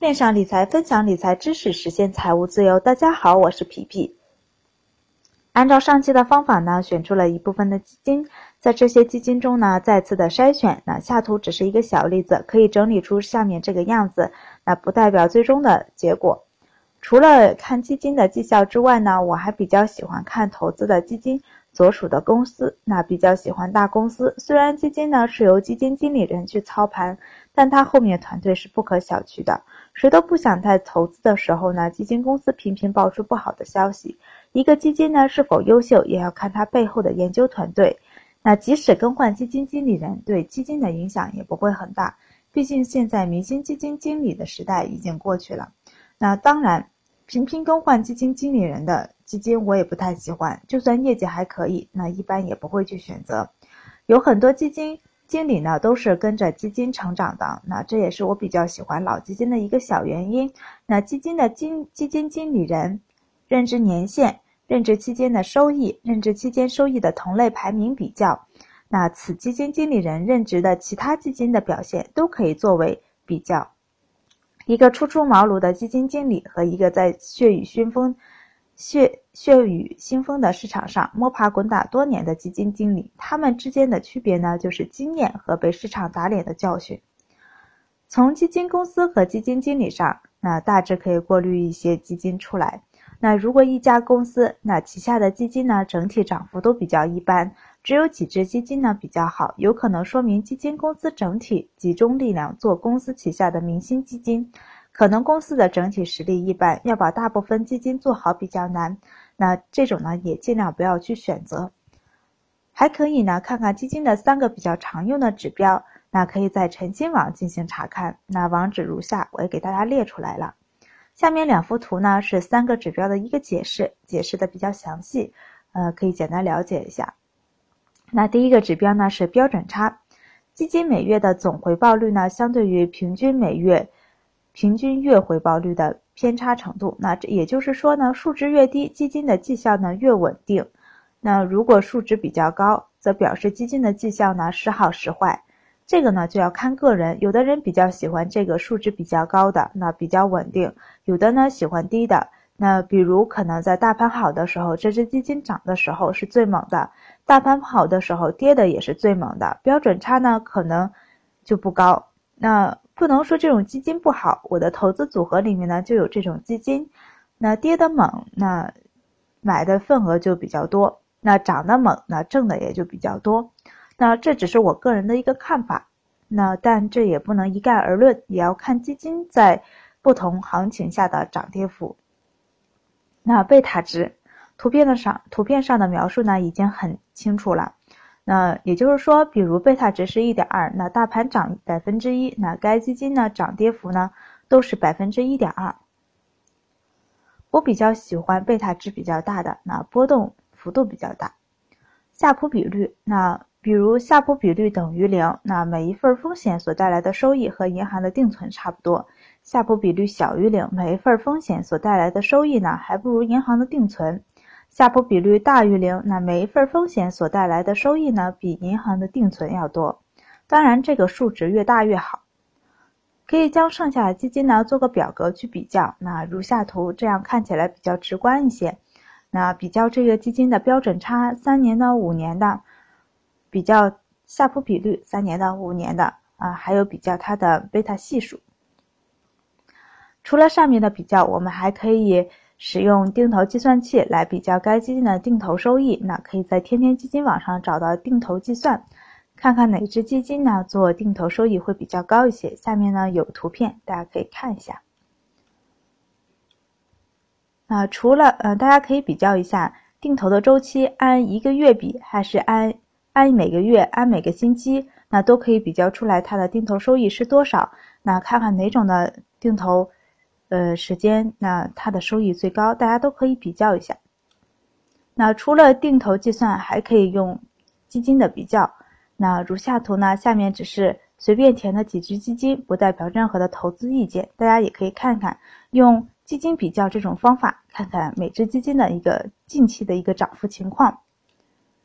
链上理财，分享理财知识，实现财务自由。大家好，我是皮皮。按照上期的方法呢，选出了一部分的基金，在这些基金中呢，再次的筛选。那下图只是一个小例子，可以整理出下面这个样子，那不代表最终的结果。除了看基金的绩效之外呢，我还比较喜欢看投资的基金所属的公司，那比较喜欢大公司。虽然基金呢是由基金经理人去操盘，但他后面团队是不可小觑的。谁都不想在投资的时候呢，基金公司频频爆出不好的消息。一个基金呢是否优秀，也要看它背后的研究团队。那即使更换基金经理人，对基金的影响也不会很大，毕竟现在明星基金经理的时代已经过去了。那当然，频频更换基金经理人的基金我也不太喜欢，就算业绩还可以，那一般也不会去选择。有很多基金经理呢都是跟着基金成长的，那这也是我比较喜欢老基金的一个小原因。那基金经理人任职年限、任职期间的收益、任职期间收益的同类排名比较，那此基金经理人任职的其他基金的表现都可以作为比较。一个初出茅庐的基金经理和一个在血雨腥风的市场上摸爬滚打多年的基金经理，他们之间的区别呢，就是经验和被市场打脸的教训。从基金公司和基金经理上，那大致可以过滤一些基金出来。那如果一家公司，那旗下的基金呢，整体涨幅都比较一般，只有几只基金呢比较好，有可能说明基金公司整体集中力量做公司旗下的明星基金，可能公司的整体实力一般，要把大部分基金做好比较难，那这种呢也尽量不要去选择。还可以呢看看基金的3个比较常用的指标，那可以在晨星网进行查看，那网址如下，我也给大家列出来了。下面2幅图呢是3个指标的一个解释的比较详细，可以简单了解一下。那第一个指标呢是标准差，基金每月的总回报率呢相对于平均月回报率的偏差程度，那这也就是说呢，数值越低，基金的绩效呢越稳定。那如果数值比较高，则表示基金的绩效呢时好时坏。这个呢就要看个人，有的人比较喜欢这个数值比较高的，那比较稳定，有的呢喜欢低的。那比如可能在大盘好的时候，这只基金涨的时候是最猛的，大盘好的时候跌的也是最猛的，标准差呢可能就不高。那不能说这种基金不好，我的投资组合里面呢就有这种基金，那跌得猛，那买的份额就比较多，那涨得猛，那挣的也就比较多。那这只是我个人的一个看法，那但这也不能一概而论，也要看基金在不同行情下的涨跌幅。那贝塔值，图片上的描述呢已经很清楚了。那也就是说，比如贝塔值是 1.2， 那大盘涨 1%， 那该基金呢涨跌幅呢都是 1.2%。我比较喜欢贝塔值比较大的，那波动幅度比较大。夏普比率，那比如夏普比率等于0，那每一份风险所带来的收益和银行的定存差不多。夏普比率小于0，每一份风险所带来的收益呢还不如银行的定存。夏普比率大于0，那每一份风险所带来的收益呢比银行的定存要多。当然这个数值越大越好。可以将剩下的基金呢做个表格去比较，那如下图，这样看起来比较直观一些。那比较这个基金的标准差3年的、5年的，比较夏普比率3年的、5年的，还有比较它的贝塔系数。除了上面的比较，我们还可以使用定投计算器来比较该基金的定投收益，那可以在天天基金网上找到定投计算，看看哪只基金呢做定投收益会比较高一些。下面呢有图片，大家可以看一下。除了大家可以比较一下定投的周期按1个月比还是按每个月、按每个星期，那都可以比较出来它的定投收益是多少。那看看哪种的定投时间，那它的收益最高，大家都可以比较一下。那除了定投计算，还可以用基金的比较。那如下图呢，下面只是随便填的几只基金，不代表任何的投资意见，大家也可以看看，用基金比较这种方法，看看每只基金的一个近期的一个涨幅情况。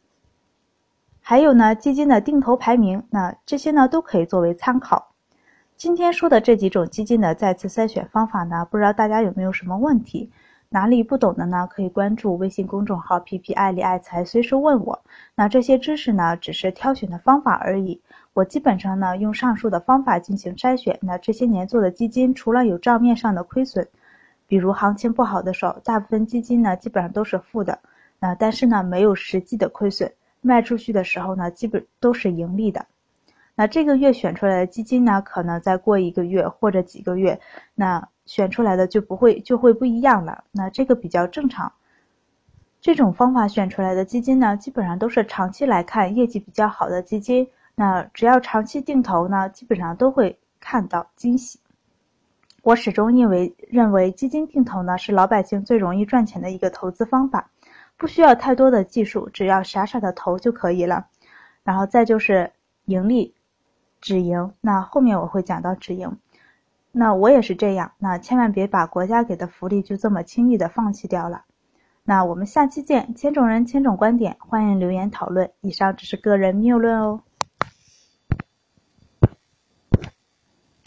还有呢，基金的定投排名，那这些呢都可以作为参考。 今天说的这几种基金的再次筛选方法呢，不知道大家有没有什么问题？哪里不懂的呢，可以关注微信公众号 PP 爱理爱财，随时问我。那这些知识呢，只是挑选的方法而已。我基本上呢，用上述的方法进行筛选。那这些年做的基金，除了有账面上的亏损，比如行情不好的时候，大部分基金呢，基本上都是负的。但是呢，没有实际的亏损，卖出去的时候呢，基本都是盈利的。那这个月选出来的基金呢，可能再过1个月或者几个月，那选出来的就会不一样了。那这个比较正常。这种方法选出来的基金呢，基本上都是长期来看业绩比较好的基金。那只要长期定投呢，基本上都会看到惊喜。我始终认为基金定投呢，是老百姓最容易赚钱的一个投资方法，不需要太多的技术，只要傻傻的投就可以了。然后再就是盈利止盈，那后面我会讲到止盈。那我也是这样，那千万别把国家给的福利就这么轻易的放弃掉了。那我们下期见，千种人千种观点，欢迎留言讨论，以上只是个人谬论哦。